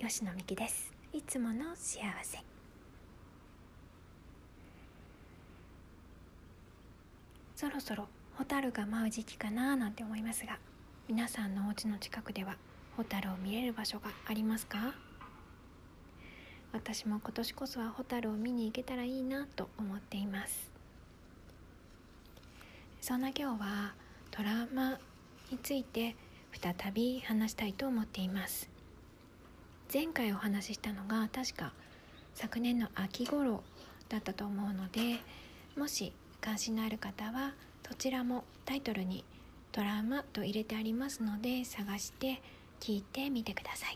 吉野美希です。いつもの幸せ。そろそろホタルが舞う時期かななんて思いますが、皆さんのお家の近くではホタルを見れる場所がありますか？私も今年こそはホタルを見に行けたらいいなと思っています。そんな今日はトラウマについて再び話したいと思っています。前回お話ししたのが確か昨年の秋頃だったと思うので、もし関心のある方はどちらもタイトルにトラウマと入れてありますので、探して聞いてみてください。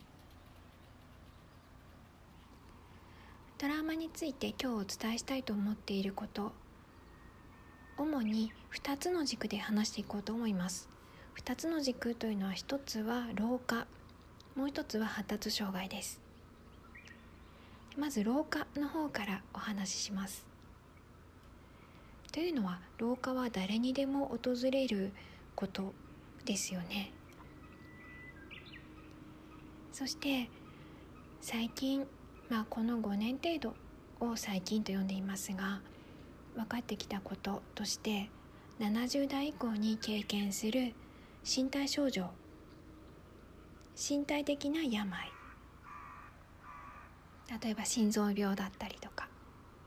トラウマについて今日お伝えしたいと思っていること、主に2つの軸で話していこうと思います。2つの軸というのは、1つは老化、もう1つは発達障害です。まず老化の方からお話しします。というのは、老化は誰にでも訪れることですよね。そして最近、この5年程度を最近と呼んでいますが、分かってきたこととして、70代以降に経験する身体症状、身体的な病、例えば心臓病だったりとか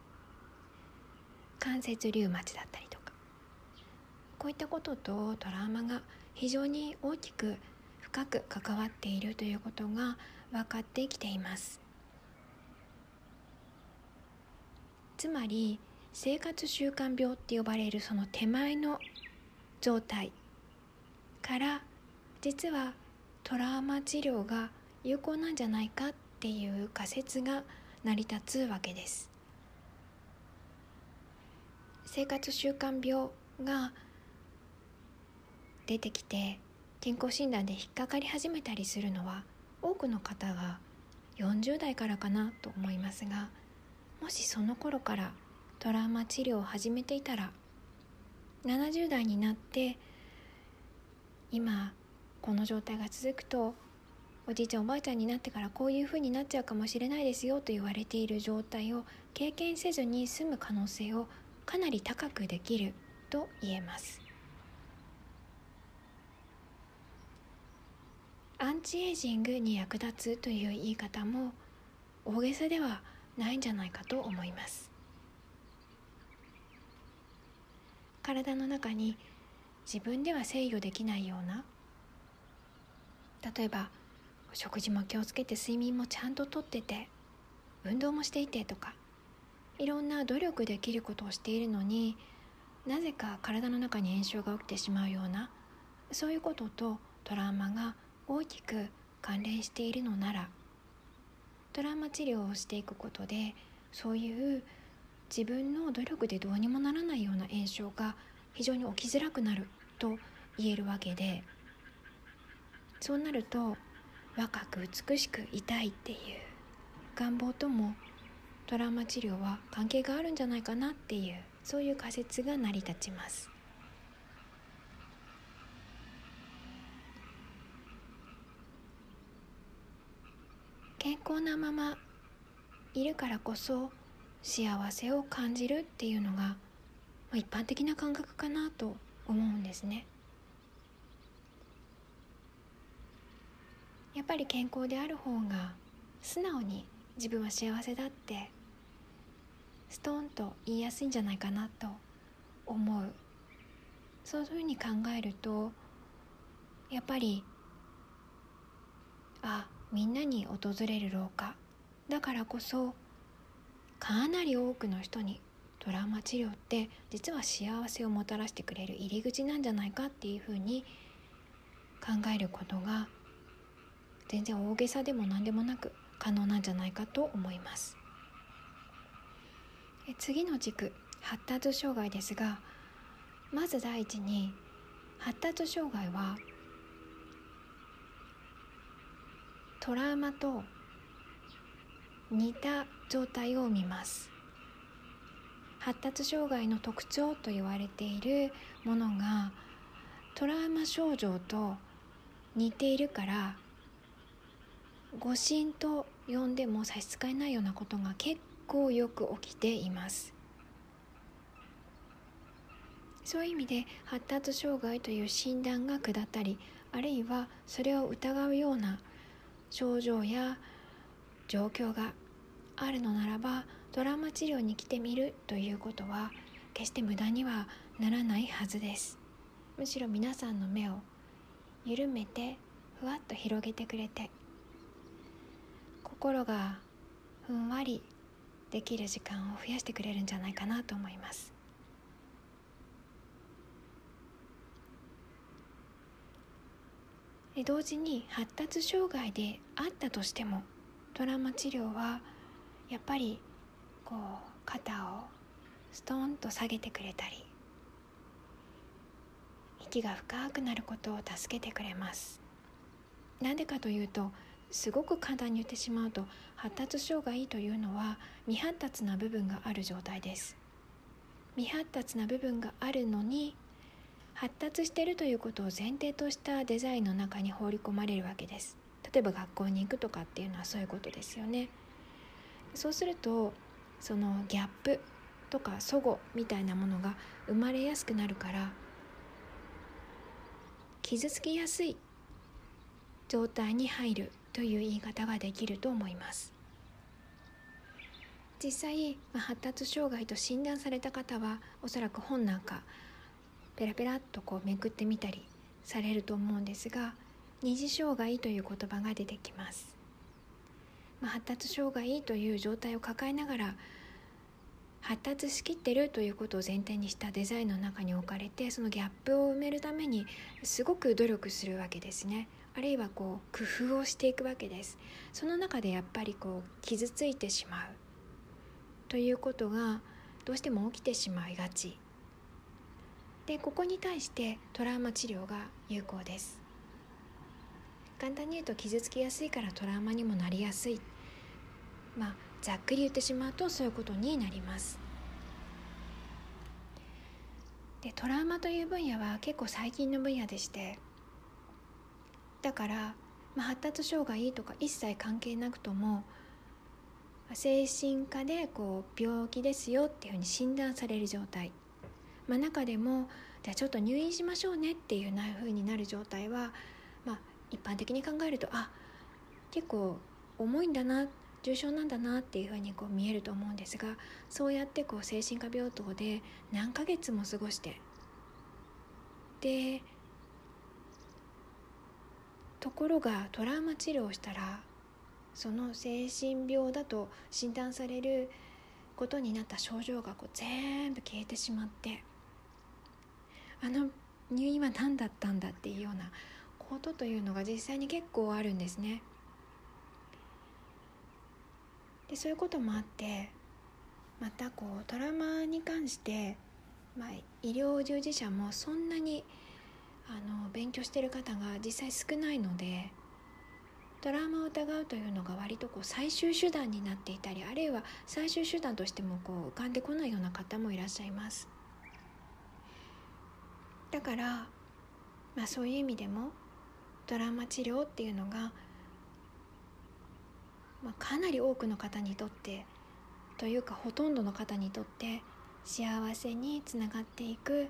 関節リウマチだったりとか、こういったこととトラウマが非常に大きく深く関わっているということが分かってきています。つまり生活習慣病って呼ばれるその手前の状態から、実はトラウマ治療が有効なんじゃないかっていう仮説が成り立つわけです。生活習慣病が出てきて健康診断で引っかかり始めたりするのは、多くの方が40代からかなと思いますが、もしその頃からトラウマ治療を始めていたら、70代になって今この状態が続くと、おじいちゃんおばあちゃんになってからこういう風になっちゃうかもしれないですよと言われている状態を経験せずに済む可能性をかなり高くできると言えます。アンチエイジングに役立つという言い方も大げさではないんじゃないかと思います。体の中に自分では制御できないような、例えば食事も気をつけて睡眠もちゃんととってて運動もしていてとか、いろんな努力できることをしているのに、なぜか体の中に炎症が起きてしまうような、そういうこととトラウマが大きく関連しているのなら、トラウマ治療をしていくことで、そういう自分の努力でどうにもならないような炎症が非常に起きづらくなると言えるわけで、そうなると若く美しくいたいっていう願望ともトラウマ治療は関係があるんじゃないかなっていう、そういう仮説が成り立ちます。健康なままいるからこそ幸せを感じるっていうのが、一般的な感覚かなと思うんですね。やっぱり健康である方が素直に自分は幸せだってストンと言いやすいんじゃないかなと思う。そういうふうに考えると、やっぱりみんなに訪れる老化だからこそ、かなり多くの人にトラウマ治療って実は幸せをもたらしてくれる入り口なんじゃないかっていうふうに考えることが、全然大げさでも何でもなく可能なんじゃないかと思います。次の軸、発達障害ですが、まず第一に、発達障害はトラウマと似た状態を見ます。発達障害の特徴と言われているものがトラウマ症状と似ているから、 誤診と呼んでも差し支えないようなことが結構よく起きています。そういう意味で発達障害という診断が下ったり、あるいはそれを疑うような症状や状況があるのならば、トラウマ治療に来てみるということは決して無駄にはならないはずです。むしろ皆さんの目を緩めてふわっと広げてくれて、心がふんわりできる時間を増やしてくれるんじゃないかなと思います。同時に発達障害であったとしても、トラウマ治療はやっぱり肩をストンと下げてくれたり、息が深くなることを助けてくれます。なんでかというと、すごく簡単に言ってしまうと、発達障害というのは未発達な部分がある状態です。未発達な部分があるのに、発達しているということを前提としたデザインの中に放り込まれるわけです。例えば学校に行くとかっていうのはそういうことですよね。そうすると、そのギャップとか齟齬みたいなものが生まれやすくなるから、傷つきやすい状態に入るという言い方ができると思います。実際、発達障害と診断された方はおそらく本なんかペラペラっとめくってみたりされると思うんですが、二次障害という言葉が出てきます。発達障害という状態を抱えながら発達しきってるということを前提にしたデザインの中に置かれて、そのギャップを埋めるためにすごく努力するわけですね。あるいは工夫をしていくわけです。その中でやっぱり傷ついてしまうということがどうしても起きてしまいがちで、ここに対してトラウマ治療が有効です。簡単に言うと、傷つきやすいからトラウマにもなりやすい、ざっくり言ってしまうとそういうことになります。で、トラウマという分野は結構最近の分野でして、だから、発達障害とか一切関係なくとも、精神科で病気ですよっていうふうに診断される状態、中でもじゃあちょっと入院しましょうねっていうふうになる状態は、一般的に考えると結構重いんだな、重症なんだなっていうふうに見えると思うんですが、そうやって精神科病棟で何ヶ月も過ごして、でところがトラウマ治療をしたら、その精神病だと診断されることになった症状が全部消えてしまって、入院は何だったんだっていうようなことというのが実際に結構あるんですね。で、そういうこともあって、またトラウマに関して、医療従事者もそんなに勉強している方が実際少ないので、トラウマを疑うというのが割と最終手段になっていたり、あるいは最終手段としても浮かんでこないような方もいらっしゃいます。だから、そういう意味でもトラウマ治療っていうのが、かなり多くの方にとってというかほとんどの方にとって幸せにつながっていく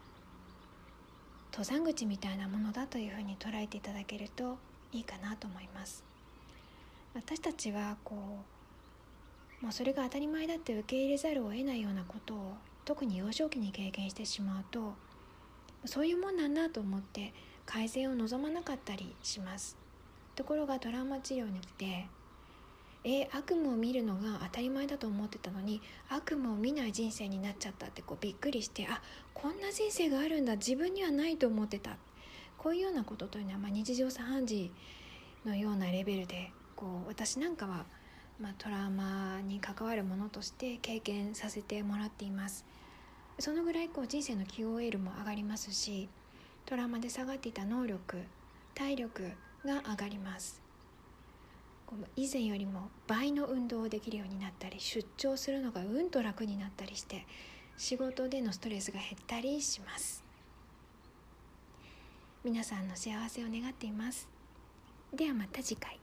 登山口みたいなものだというふうに捉えていただけるといいかなと思います。私たちはもうそれが当たり前だって受け入れざるを得ないようなことを、特に幼少期に経験してしまうと、そういうもんなんだと思って改善を望まなかったりします。ところがトラウマ治療に来て、悪夢を見るのが当たり前だと思ってたのに、悪夢を見ない人生になっちゃったってびっくりして、こんな人生があるんだ、自分にはないと思ってた、こういうようなことというのは、日常茶飯事のようなレベルで、私なんかは、トラウマに関わるものとして経験させてもらっています。そのぐらい人生の QOL も上がりますし、トラウマで下がっていた能力、体力が上がります。以前よりも倍の運動をできるようになったり、出張するのがうんと楽になったりして、仕事でのストレスが減ったりします。皆さんの幸せを願っています。ではまた次回。